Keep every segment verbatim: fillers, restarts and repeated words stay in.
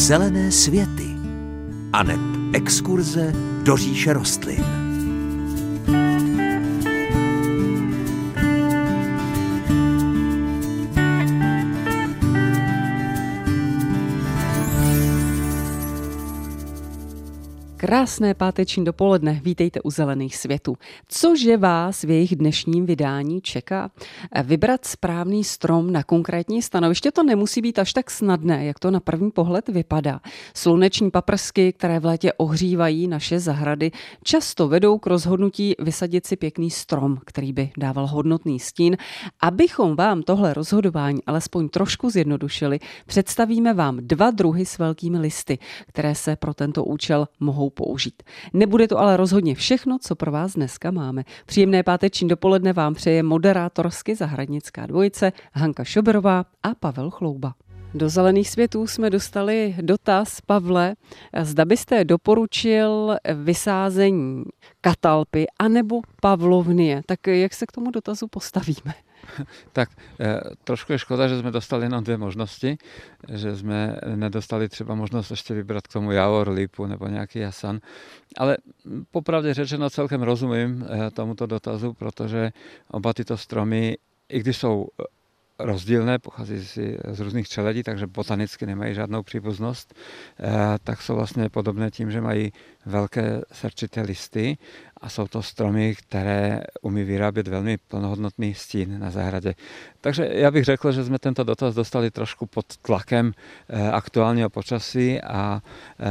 Zelené světy aneb exkurze do říše rostlin. Krásné páteční dopoledne, vítejte u Zelených světů. Cože vás v jejich dnešním vydání čeká? Vybrat správný strom na konkrétní stanoviště to nemusí být až tak snadné, jak to na první pohled vypadá. Sluneční paprsky, které v létě ohřívají naše zahrady, často vedou k rozhodnutí vysadit si pěkný strom, který by dával hodnotný stín. Abychom vám tohle rozhodování alespoň trošku zjednodušili, představíme vám dva druhy s velkými listy, které se pro tento účel mohou použít. Nebude to ale rozhodně všechno, co pro vás dneska máme. Příjemné páteční dopoledne vám přeje moderátorsky zahradnická dvojice Hanka Šoberová a Pavel Chlouba. Do Zelených světů jsme dostali dotaz, Pavle, zda byste doporučil vysázení katalpy anebo pavlovnie. Tak jak se k tomu dotazu postavíme? Tak e, trošku je škoda, že jsme dostali jenom dvě možnosti, že jsme nedostali třeba možnost ještě vybrat k tomu javor, lípu nebo nějaký jasan, ale popravdě řečeno celkem rozumím e, tomuto dotazu, protože oba tyto stromy, i když jsou rozdílné, pochází si z různých čeledí, takže botanicky nemají žádnou příbuznost, tak jsou vlastně podobné tím, že mají velké srčité listy a jsou to stromy, které umí vyrábět velmi plnohodnotný stín na zahradě. Takže já bych řekl, že jsme tento dotaz dostali trošku pod tlakem aktuálního počasí a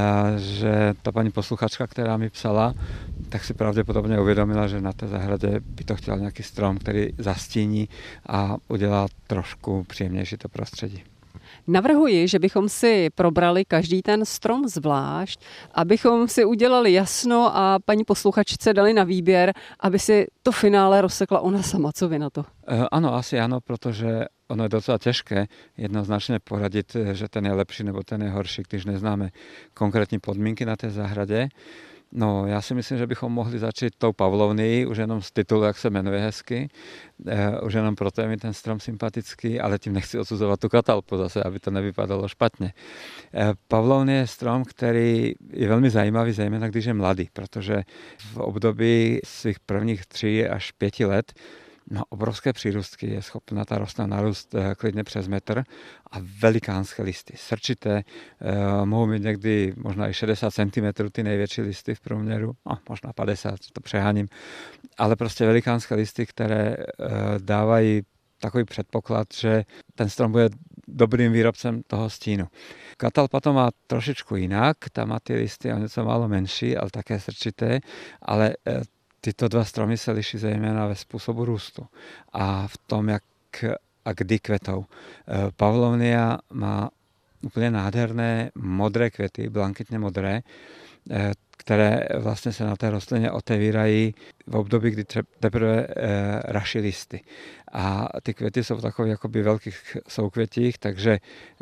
že ta paní posluchačka, která mi psala, tak si pravděpodobně uvědomila, že na té zahradě by to chtěl nějaký strom, který zastíní a udělá trošku příjemnější to prostředí. Navrhuji, že bychom si probrali každý ten strom zvlášť, abychom si udělali jasno a paní posluchačce dali na výběr, aby si to finále rozsekla ona sama. Co vy na to? Ano, asi ano, protože ono je docela těžké jednoznačně poradit, že ten je lepší nebo ten je horší, když neznáme konkrétní podmínky na té zahradě. No, já si myslím, že bychom mohli začít tou pavlovnií, už jenom z titulu, jak se jmenuje hezky. E, už jenom proto je mi ten strom sympatický, ale tím nechci odsuzovat tu katalpu zase, aby to nevypadalo špatně. E, pavlovnie je strom, který je velmi zajímavý, zejména když je mladý, protože v období svých prvních tří až pěti let no, obrovské přírůstky, je schopna ta rostlina narůst eh, klidně přes metr a velikánské listy, srčité, eh, mohou mít někdy možná i šedesát centimetrů ty největší listy v průměru, no, možná padesát, to přeháním, ale prostě velikánské listy, které eh, dávají takový předpoklad, že ten strom bude dobrým výrobcem toho stínu. Katalpa to má trošičku jinak, tam má ty listy o něco málo menší, ale také srčité, ale eh, tyto dva stromy se liší zejména ve způsobu růstu a v tom, jak a kdy kvetou. Pavlovnia má úplně nádherné modré květy, blanketně modré, které vlastně se na té rostlině otevírají v období, kdy teprve raší listy. A ty květy jsou v takových jakoby velkých soukvětích, takže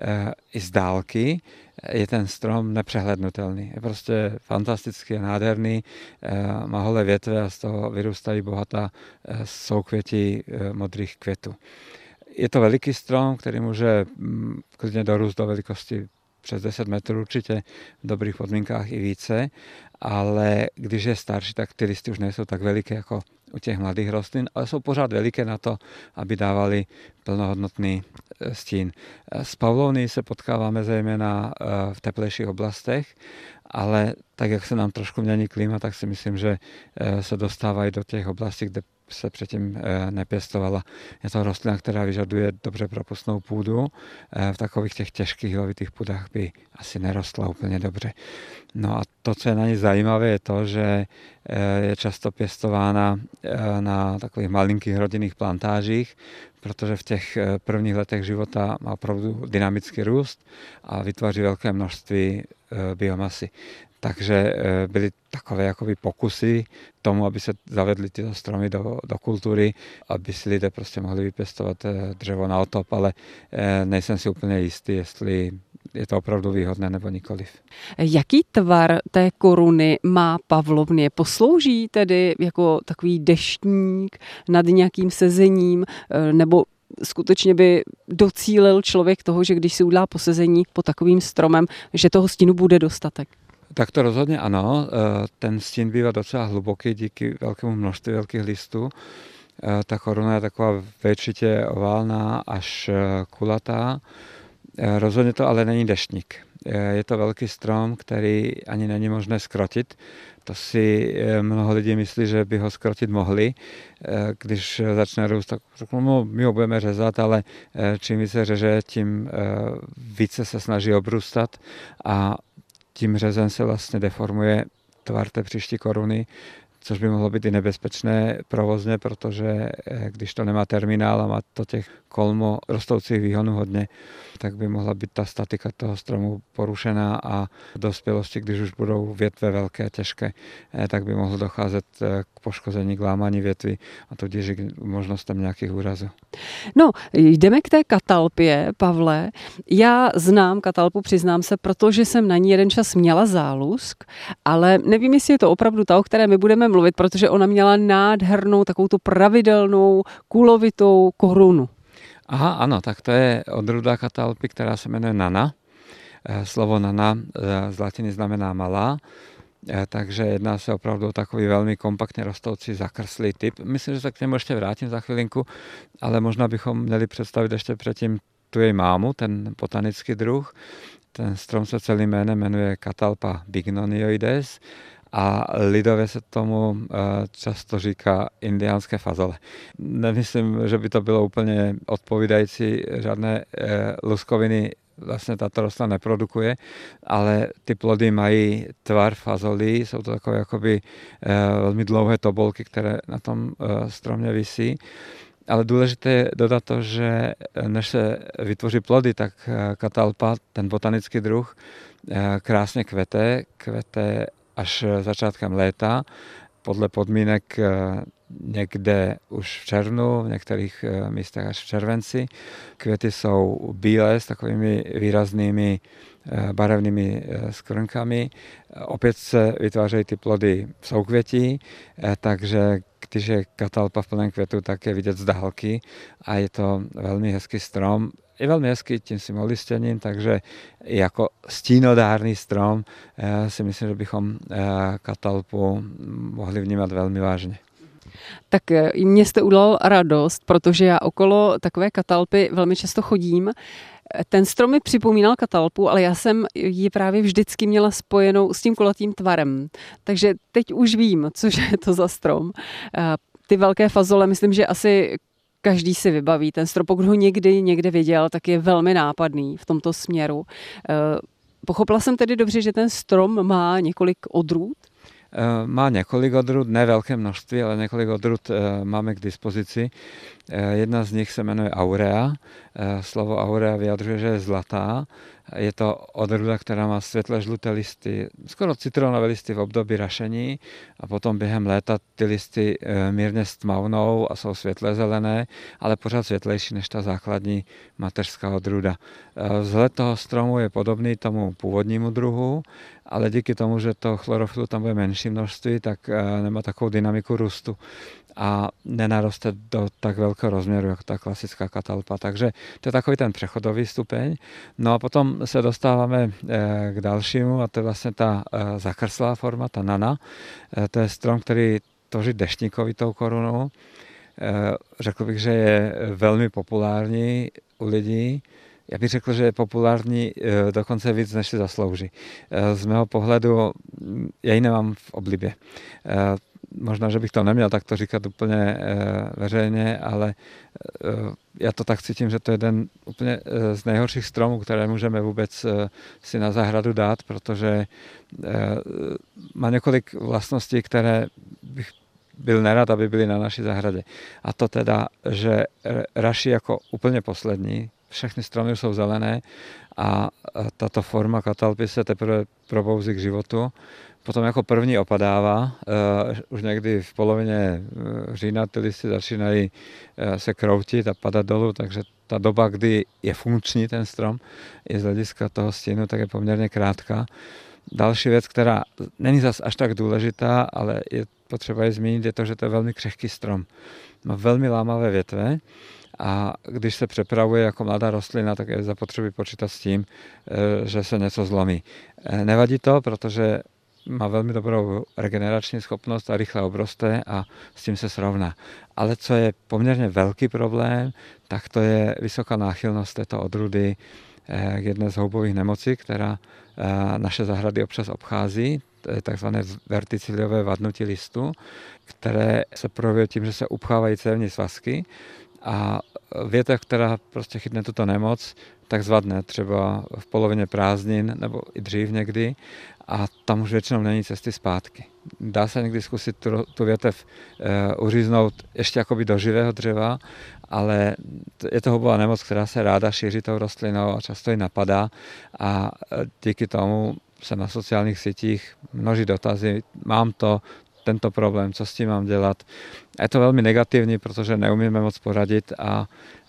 i z dálky je ten strom nepřehlednutelný. Je prostě fantastický, je nádherný, má holé větve a z toho vyrůstají bohatá soukvětí modrých květů. Je to veliký strom, který může klidně dorůst do velikosti přes deset metrů určitě, v dobrých podmínkách i více, ale když je starší, tak ty listy už nejsou tak veliké jako u těch mladých rostlin, ale jsou pořád veliké na to, aby dávali plnohodnotný stín. S pavlovnií se potkáváme zejména v teplejších oblastech, ale tak, jak se nám trošku mění klima, tak si myslím, že se dostávají do těch oblastí, kde se předtím nepěstovala. Je to rostlina, která vyžaduje dobře propustnou půdu. V takových těch těžkých hilovitých půdách by asi nerostla úplně dobře. No a to, co je na ní zajímavé, je to, že je často pěstována na takových malinkých rodinných plantážích, protože v těch prvních letech života má opravdu dynamický růst a vytváří velké množství biomasy. Takže byly takové jakoby pokusy tomu, aby se zavedly tyto stromy do, do kultury, aby si lidé prostě mohli vypěstovat dřevo na otop, ale nejsem si úplně jistý, jestli je to opravdu výhodné nebo nikoliv. Jaký tvar té koruny má pavlovnie? Poslouží tedy jako takový deštník nad nějakým sezením, nebo skutečně by docílil člověk toho, že když si udělá posezení pod takovým stromem, že toho stínu bude dostatek? Tak to rozhodně ano. Ten stín bývá docela hluboký díky velkému množství velkých listů. Ta koruna je taková většitě oválná až kulatá. Rozhodně to ale není deštník. Je to velký strom, který ani není možné skrotit. To si mnoho lidí myslí, že by ho skrotit mohli. Když začne růst, tak no, my ho budeme řezat, ale čím více řeže, tím více se snaží obrůstat a tím řezem se vlastně deformuje tvar té příští koruny, což by mohlo být i nebezpečné provozně, protože když to nemá terminál a má to těch kolmo rostoucích výhonů hodně, tak by mohla být ta statika toho stromu porušená a v dospělosti, když už budou větve velké a těžké, tak by mohlo docházet k poškození, k lámání větví a tudíž k možnostem nějakých úrazů. No, jdeme k té katalpě, Pavle. Já znám katalpu, přiznám se, protože jsem na ní jeden čas měla zálusk, ale nevím, jestli je to opravdu ta, o které my budeme mluvit, protože ona měla nádhernou, takovou tu pravidelnou, kulovitou korunu. Aha, ano, tak to je odrůda katalpy, která se jmenuje nana. Slovo nana z latiny znamená malá, takže jedná se opravdu o takový velmi kompaktně rostoucí zakrslý typ. Myslím, že se k němu ještě vrátím za chvilinku, ale možná bychom měli představit ještě předtím tu její mámu, ten botanický druh. Ten strom se celým jménem jmenuje Catalpa bignonioides a lidově se tomu často říká indiánské fazole. Nemyslím, že by to bylo úplně odpovídající, žádné luskoviny vlastně tato rostlina neprodukuje, ale ty plody mají tvar fazolí, jsou to takové jakoby velmi dlouhé tobolky, které na tom stromě visí. Ale důležité je dodat to, že než se vytvoří plody, tak katalpa, ten botanický druh, krásně kvete, kvete až začátkem léta, podle podmínek někde už v červnu, v některých místech až v červenci. Květy jsou bílé s takovými výraznými barevnými skvrnkami. Opět se vytvářejí ty plody v soukvětí, takže když je katalpa v plném květu, tak je vidět z dálky a je to velmi hezký strom. Je velmi hezký tím svým olistěním, takže jako stínodárný strom si myslím, že bychom katalpu mohli vnímat velmi vážně. Tak mě jste udělal radost, protože já okolo takové katalpy velmi často chodím. Ten strom mi připomínal katalpu, ale já jsem ji právě vždycky měla spojenou s tím kulatým tvarem. Takže teď už vím, což je to za strom. Ty velké fazole, myslím, že asi každý si vybaví. Ten strom, pokud ho někdy někde viděl, tak je velmi nápadný v tomto směru. Pochopila jsem tedy dobře, že ten strom má několik odrůd? Má několik odrůd, ne velké množství, ale několik odrůd máme k dispozici. Jedna z nich se jmenuje aurea. Slovo aurea vyjadřuje, že je zlatá. Je to odrůda, která má světle žluté listy, skoro citronové listy v období rašení a potom během léta ty listy mírně stmavnou a jsou světle zelené, ale pořád světlejší než ta základní mateřská odrůda. Vzhled toho stromu je podobný tomu původnímu druhu, ale díky tomu, že to chlorofilu tam bude menší množství, tak nemá takovou dynamiku růstu a nenaroste do tak velkého rozměru, jako ta klasická katalpa. Takže to je takový ten přechodový stupeň. No a potom se dostáváme k dalšímu a to je vlastně ta zakrslá forma, ta nana. To je strom, který tvoří deštníkovitou korunu. Řekl bych, že je velmi populární u lidí. Já bych řekl, že je populární dokonce víc, než si zaslouží. Z mého pohledu já ji nemám v oblibě. Možná, že bych to neměl takto říkat úplně veřejně, ale já to tak cítím, že to je jeden úplně z nejhorších stromů, které můžeme vůbec si na zahradu dát, protože má několik vlastností, které bych byl nerad, aby byly na naší zahradě. A to teda, že raší jako úplně poslední, všechny stromy jsou zelené a tato forma katalpy se teprve probouzí k životu. Potom jako první opadává, uh, už někdy v polovině října ty listy začínají uh, se kroutit a padat dolů, takže ta doba, kdy je funkční ten strom, je z hlediska toho stínu, tak je poměrně krátká. Další věc, která není zas až tak důležitá, ale je potřeba ji zmínit, je to, že to je velmi křehký strom. Má velmi lámavé větve a když se přepravuje jako mladá rostlina, tak je zapotřebí počítat s tím, že se něco zlomí. Nevadí to, protože má velmi dobrou regenerační schopnost a rychle obroste a s tím se srovná. Ale co je poměrně velký problém, tak to je vysoká náchylnost této odrůdy k jedné z houbových nemocí, která naše zahrady občas obchází, to je takzvané verticiliové vadnutí listu, které se projevuje tím, že se upchávají cévní svazky a větev, která prostě chytne tuto nemoc, tak zvadne třeba v polovině prázdnin nebo i dřív někdy a tam už většinou není cesty zpátky. Dá se někdy zkusit tu, tu větev e, uříznout ještě jakoby do živého dřeva, ale je to houbová nemoc, která se ráda šíří tou rostlinou a často ji napadá a díky tomu se na sociálních sítích množí dotazy, mám to, tento problém, co s tím mám dělat. Je to velmi negativní, protože neumíme moc poradit a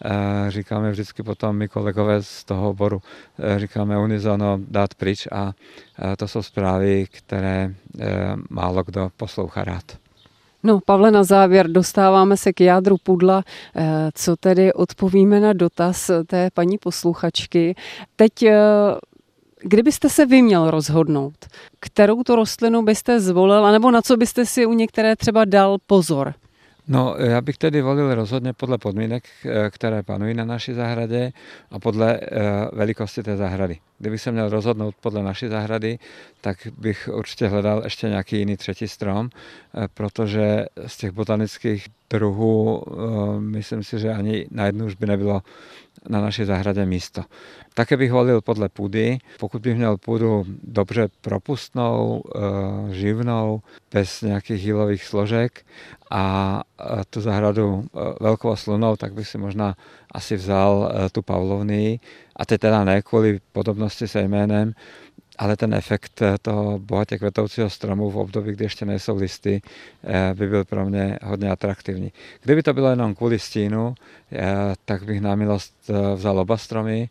e, říkáme vždycky potom my kolegové z toho oboru, e, říkáme unizono dát pryč a e, to jsou zprávy, které e, málo kdo poslouchá rád. No, Pavle, na závěr dostáváme se k jádru pudla. E, co tedy odpovíme na dotaz té paní posluchačky? Teď e, kdybyste se vy měl rozhodnout, kterou tu rostlinu byste zvolil, anebo na co byste si u některé třeba dal pozor? No, já bych tedy volil rozhodně podle podmínek, které panují na naší zahradě a podle velikosti té zahrady. Kdybych se měl rozhodnout podle naší zahrady, tak bych určitě hledal ještě nějaký jiný třetí strom, protože z těch botanických druhů myslím si, že ani na jednu už by nebylo na naší zahradě místo. Také bych volil podle půdy. Pokud bych měl půdu dobře propustnou, živnou, bez nějakých jílových složek a tu zahradu velkou slunou, tak bych si možná asi vzal tu pavlovnii. A teď teda ne kvůli podobnosti se jménem, ale ten efekt toho bohatě kvetoucího stromu v období, kdy ještě nejsou listy, by byl pro mě hodně atraktivní. Kdyby to bylo jenom kvůli stínu, tak bych na milost vzal oba stromy,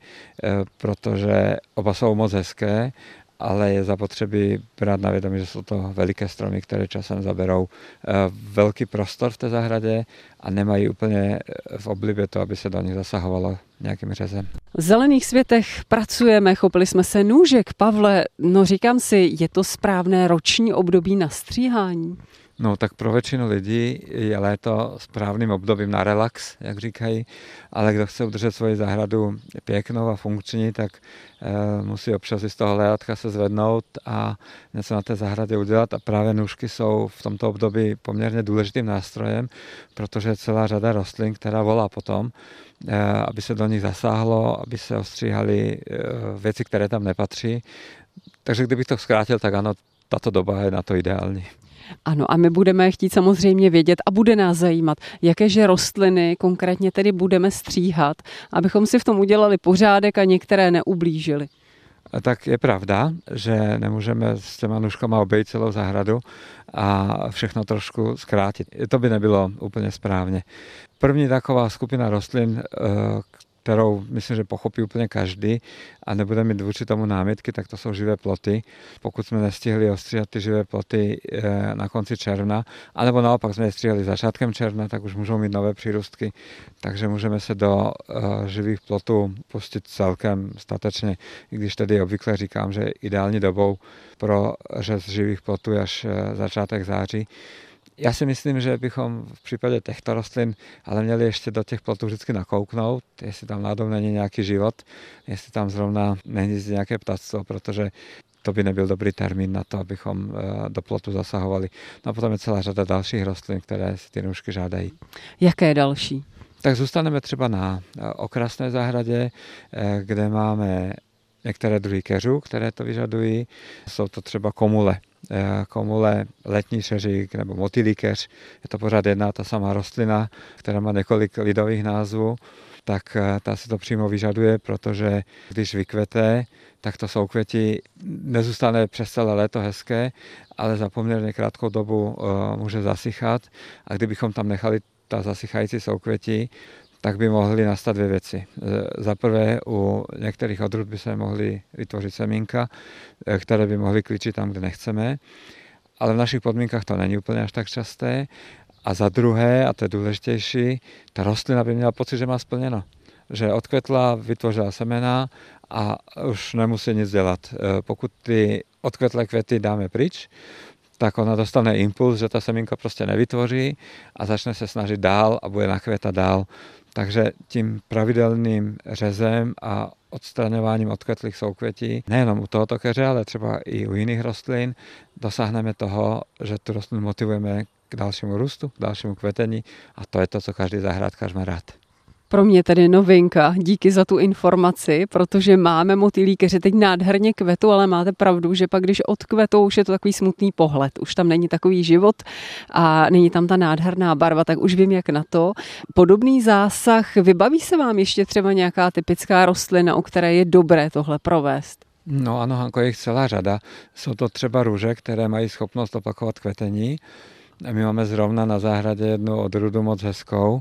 protože oba jsou moc hezké, ale je zapotřebí brát na vědomí, že jsou to veliké stromy, které časem zaberou velký prostor v té zahradě a nemají úplně v oblibě to, aby se do nich zasahovalo nějakým řezem. V zelených světech pracujeme, chopili jsme se nůžek. Pavle, no říkám si, je to správné roční období na stříhání? No tak pro většinu lidí je léto správným obdobím na relax, jak říkají, ale kdo chce udržet svoji zahradu pěknou a funkční, tak e, musí občas z toho léjatka se zvednout a něco na té zahradě udělat a právě nůžky jsou v tomto období poměrně důležitým nástrojem, protože je celá řada rostlin, která volá potom, e, aby se do nich zasáhlo, aby se ostříhaly e, věci, které tam nepatří. Takže kdybych to zkrátil, tak ano, tato doba je na to ideální. Ano, a my budeme chtít samozřejmě vědět a bude nás zajímat, jakéže rostliny konkrétně tedy budeme stříhat, abychom si v tom udělali pořádek a některé neublížili. Tak je pravda, že nemůžeme s těma nůžkama obejít celou zahradu a všechno trošku zkrátit. To by nebylo úplně správně. První taková skupina rostlin, kterou myslím, že pochopí úplně každý a nebude mít vůči tomu námitky, tak to jsou živé ploty. Pokud jsme nestihli ostříhat ty živé ploty na konci června, anebo naopak jsme je stříhali začátkem června, tak už můžou mít nové přírůstky, takže můžeme se do živých plotů pustit celkem statečně, i když tedy obvykle říkám, že ideální dobou pro řez živých plotů je až začátek září. Já si myslím, že bychom v případě těchto rostlin ale měli ještě do těch plotů vždycky nakouknout, jestli tam náhodou není nějaký život, jestli tam zrovna není nějaké ptactvo, protože to by nebyl dobrý termín na to, abychom do plotu zasahovali. No a potom je celá řada dalších rostlin, které si ty nůžky žádají. Jaké další? Tak zůstaneme třeba na okrasné zahradě, kde máme některé druhy keřů, které to vyžadují. Jsou to třeba komule. Komule, letní šeřík nebo motýlí keř. Je to pořád jedna ta samá rostlina, která má několik lidových názvů, tak ta si to přímo vyžaduje, protože když vykvete, tak to soukvětí nezůstane přes celé léto hezké, ale za poměrně krátkou dobu může zasychat a kdybychom tam nechali ta zasychající soukvětí, tak by mohly nastat dvě věci. Za prvé, u některých odrůd by se mohly vytvořit semínka, které by mohly klíčit tam, kde nechceme, ale v našich podmínkách to není úplně až tak časté A za druhé, a to je důležitější, ta rostlina by měla pocit, že má splněno. Že odkvetla, vytvořila semena a už nemusí nic dělat. Pokud ty odkvetlé květy dáme pryč, tak ona dostane impuls, že ta semínka prostě nevytvoří a začne se snažit dál a bude nakvětat dál. Takže tím pravidelným řezem a odstraňováním odkvetlých soukvětí, nejenom u tohoto keře, ale třeba i u jiných rostlin, dosáhneme toho, že tu rostlinu motivujeme k dalšímu růstu, k dalšímu kvetení a to je to, co každý zahrádkář má rád. Pro mě tedy novinka, díky za tu informaci, protože máme motýlí, kteří teď nádherně kvetou, ale máte pravdu, že pak když odkvetou, už je to takový smutný pohled, už tam není takový život a není tam ta nádherná barva, tak už vím, jak na to. Podobný zásah, vybaví se vám ještě třeba nějaká typická rostlina, o které je dobré tohle provést? No ano, Hanko, je jich celá řada. Jsou to třeba růže, které mají schopnost opakovat kvetení. My máme zrovna na zahradě jednu odrůdu moc hezkou,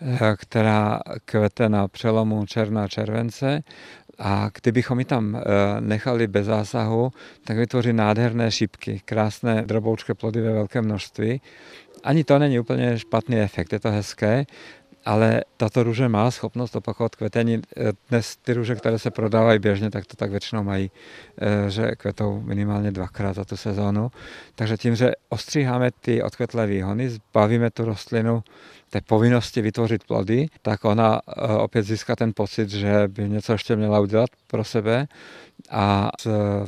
která kvete na přelomu června a července a kdybychom ji tam nechali bez zásahu, tak vytvoří nádherné šípky, krásné droboučké plody ve velkém množství. Ani to není úplně špatný efekt, je to hezké, ale tato růže má schopnost opakovat kvetení. Dnes ty růže, které se prodávají běžně, tak to tak většinou mají, že kvetou minimálně dvakrát za tu sezónu. Takže tím, že ostříháme ty odkvetlé výhony, zbavíme tu rostlinu té povinnosti vytvořit plody, tak ona opět získá ten pocit, že by něco ještě měla udělat pro sebe a z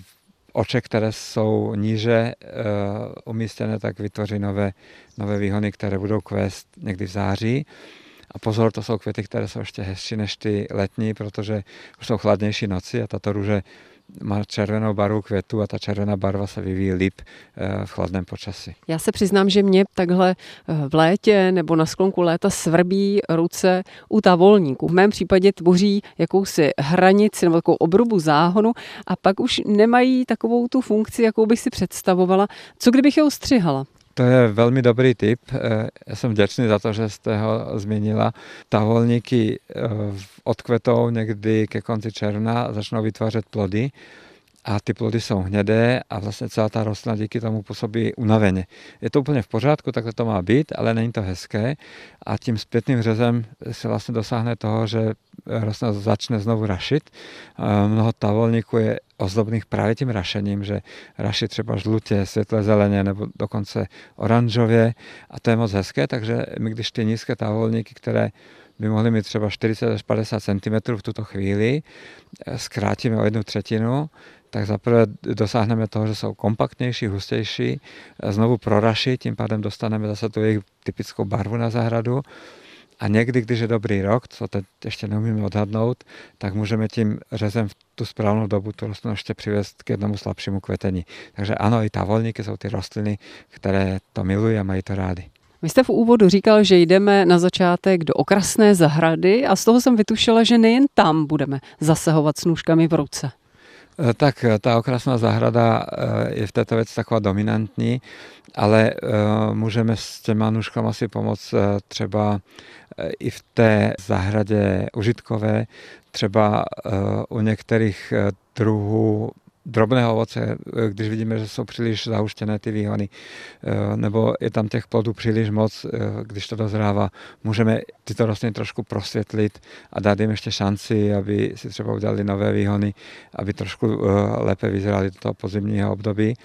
oček, které jsou níže umístěné, tak vytvoří nové, nové výhony, které budou kvést někdy v září. A pozor, to jsou květy, které jsou ještě hezčí než ty letní, protože už jsou chladnější noci a tato růže má červenou barvu květu a ta červená barva se vyvíjí líp v chladném počasí. Já se přiznám, že mě takhle v létě nebo na sklonku léta svrbí ruce u tavolníků. V mém případě tvoří jakousi hranici nebo takovou obrubu záhonu a pak už nemají takovou tu funkci, jakou bych si představovala. Co kdybych je ostřihala? To je velmi dobrý tip. Já jsem vděčný za to, že jste ho zmínila. Tavolníky odkvetou někdy ke konci června a začnou vytvářet plody. A ty plody jsou hnědé a vlastně celá ta rostlina díky tomu působí unaveně. Je to úplně v pořádku, takhle to má být, ale není to hezké. A tím zpětným řezem se vlastně dosáhne toho, že rostlina začne znovu rašit. Mnoho tavolníků je ozdobných právě tím rašením, že raší třeba žlutě, světle zeleně nebo dokonce oranžově. A to je moc hezké, takže my když ty nízké tavolníky, které by mohly mít třeba čtyřicet až padesát centimetrů v tuto chvíli, zkrátíme o jednu třetinu, tak zaprvé dosáhneme toho, že jsou kompaktnější, hustější, znovu proraší, tím pádem dostaneme zase tu jejich typickou barvu na zahradu. A někdy, když je dobrý rok, co teď ještě neumíme odhadnout, tak můžeme tím řezem v tu správnou dobu tu rostlinu ještě přivést k jednomu slabšímu kvetení. Takže ano, i tavolníky jsou ty rostliny, které to milují a mají to rády. Vy jste v úvodu říkal, že jdeme na začátek do okrasné zahrady a z toho jsem vytušila, že nejen tam budeme zasahovat s nůžkami v ruce. Tak ta okrasná zahrada je v této věci taková dominantní, ale můžeme s těma nůžkama si pomoct třeba i v té zahradě užitkové, třeba u některých druhů drobného ovoce, když vidíme, že jsou příliš zahuštěné ty výhony, nebo je tam těch plodů příliš moc, když to dozrává, můžeme tyto rostliny trošku prosvětlit a dát jim ještě šanci, aby si třeba udělali nové výhony, aby trošku lépe vyzerali do toho podzimního období.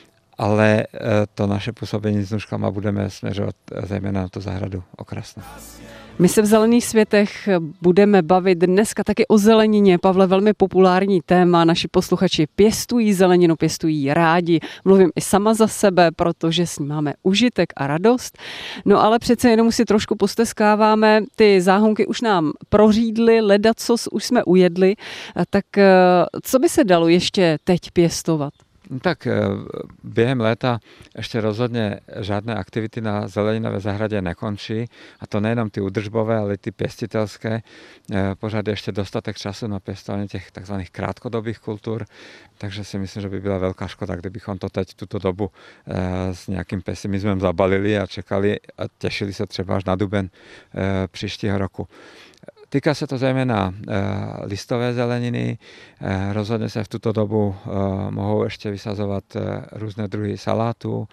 Ale to naše působení s nůžkama budeme směřovat zejména na tu zahradu okrasnou. My se v Zelených světech budeme bavit dneska taky o zelenině. Pavle, velmi populární téma. Naši posluchači pěstují zeleninu, pěstují rádi. Mluvím i sama za sebe, protože s ní máme užitek a radost. No ale přece jenom si trošku posteskáváme. Ty záhonky už nám prořídly, ledacos už jsme ujedli. Tak co by se dalo ještě teď pěstovat? Tak během léta ještě rozhodně žádné aktivity na zeleninové zahradě nekončí. A to nejenom ty údržbové, ale i ty pěstitelské. Pořád ještě dostatek času na pěstování těch takzvaných krátkodobých kultur. Takže si myslím, že by byla velká škoda, kdybychom to teď tuto dobu s nějakým pesimismem zabalili a čekali a těšili se třeba až na duben příštího roku. Týká se to zejména listové zeleniny. Rozhodně se v tuto dobu mohou ještě vysazovat různé druhy salátů.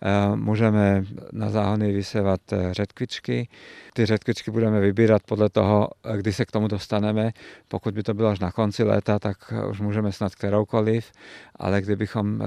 Můžeme na záhony vysévat řetkvičky. Ty řetkvičky budeme vybírat podle toho, kdy se k tomu dostaneme. Pokud by to bylo až na konci léta, tak už můžeme snad kteroukoliv, ale kdybychom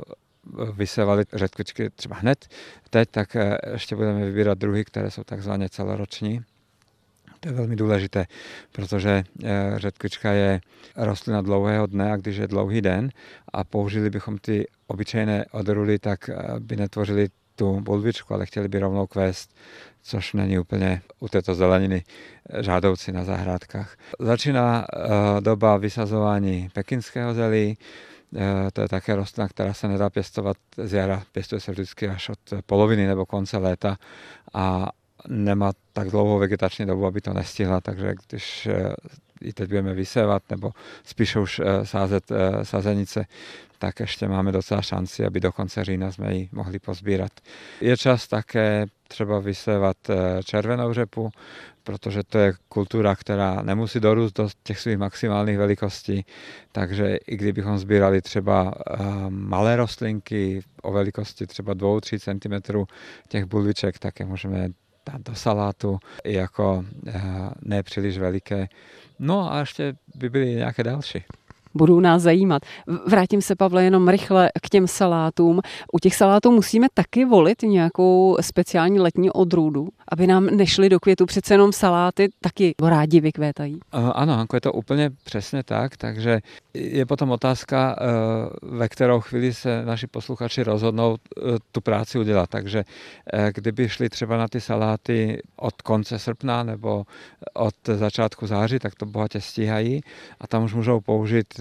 vysévali řetkvičky třeba hned teď, tak ještě budeme vybírat druhy, které jsou takzvaně celoroční. To je velmi důležité, protože řetkvička je rostlina dlouhého dne a když je dlouhý den a použili bychom ty obyčejné odrůdy, tak by netvořili tu bulvičku, ale chtěli by rovnou kvést, což není úplně u této zeleniny žádoucí na zahrádkách. Začíná doba vysazování pekinského zelí. To je také rostlina, která se nedá pěstovat z jara, pěstuje se vždycky až od poloviny nebo konce léta a nemá tak dlouhou vegetační dobu, aby to nestihla, takže když ji teď budeme vysévat nebo spíše už sázet sazenice, tak ještě máme docela šanci, aby do konce října jsme ji mohli pozbírat. Je čas také třeba vysévat červenou řepu, protože to je kultura, která nemusí dorůst do těch svých maximálních velikostí, takže i kdybychom sbírali třeba malé rostlinky o velikosti třeba dva až tři centimetry těch bulviček, tak je můžeme dát do salátu jako nepříliš veliké. No a ještě by byly nějaké další. Budou nás zajímat. Vrátím se, Pavle, jenom rychle k těm salátům. U těch salátů musíme taky volit nějakou speciální letní odrůdu, aby nám nešly do květu. Přece jenom saláty taky rádi vykvétají. Ano, Hanko, je to úplně přesně tak, takže je potom otázka, ve kterou chvíli se naši posluchači rozhodnou tu práci udělat. Takže kdyby šli třeba na ty saláty od konce srpna nebo od začátku září, tak to bohatě stíhají a tam už můžou použít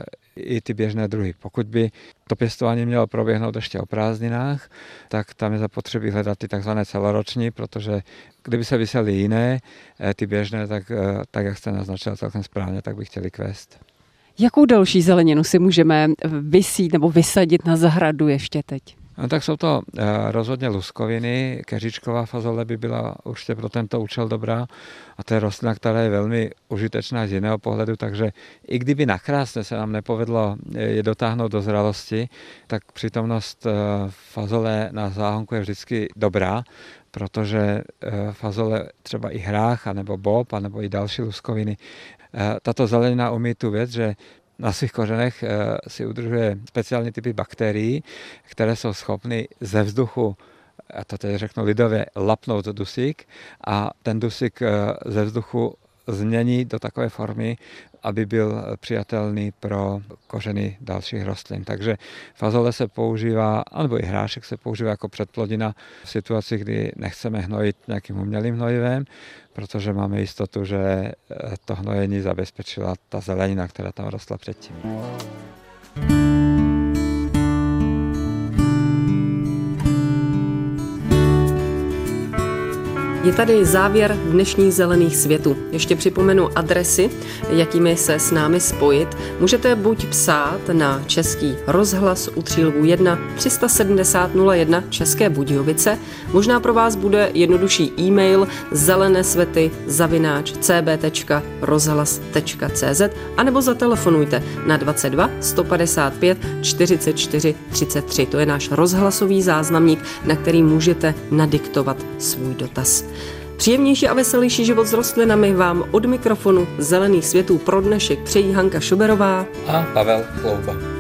i ty běžné druhy. Pokud by to pěstování mělo proběhnout ještě o prázdninách, tak tam je zapotřebí hledat ty takzvané celoroční, protože kdyby se vysely jiné, ty běžné, tak, tak jak jste naznačil celkem správně, tak by chtěli kvést. Jakou další zeleninu si můžeme vysít nebo vysadit na zahradu ještě teď? No, tak jsou to rozhodně luskoviny. Keříčková fazole by byla určitě pro tento účel dobrá. A to je rostlina, která je velmi užitečná z jiného pohledu, takže i kdyby nakrásně se nám nepovedlo je dotáhnout do zralosti, tak přítomnost fazole na záhonku je vždycky dobrá, protože fazole třeba i hrách, anebo bob, anebo i další luskoviny. Tato zelenina umí tu věc, že na svých kořenech si udržuje speciální typy bakterií, které jsou schopny ze vzduchu, a to teď řeknu lidově, lapnout dusík a ten dusík ze vzduchu změní do takové formy, aby byl přijatelný pro kořeny dalších rostlin. Takže fazole se používá, nebo i hrášek se používá jako předplodina v situaci, kdy nechceme hnojit nějakým umělým hnojivem, protože máme jistotu, že to hnojení zabezpečila ta zelenina, která tam rostla předtím. Je tady závěr dnešních zelených světů. Ještě připomenu adresy, jakými se s námi spojit. Můžete buď psát na Český rozhlas u Třílvů jedna tři sedmdesát nula jedna České Budějovice. Možná pro vás bude jednodušší e-mail zelenesvety zavináč c b tečka rozhlas tečka c z anebo zatelefonujte na dvacet dva sto padesát pět čtyřicet čtyři třicet tři. To je náš rozhlasový záznamník, na který můžete nadiktovat svůj dotaz. Příjemnější a veselější život s rostlinami vám od mikrofonu Zelených světů pro dnešek přejí Hanka Šuberová a Pavel Chlouba.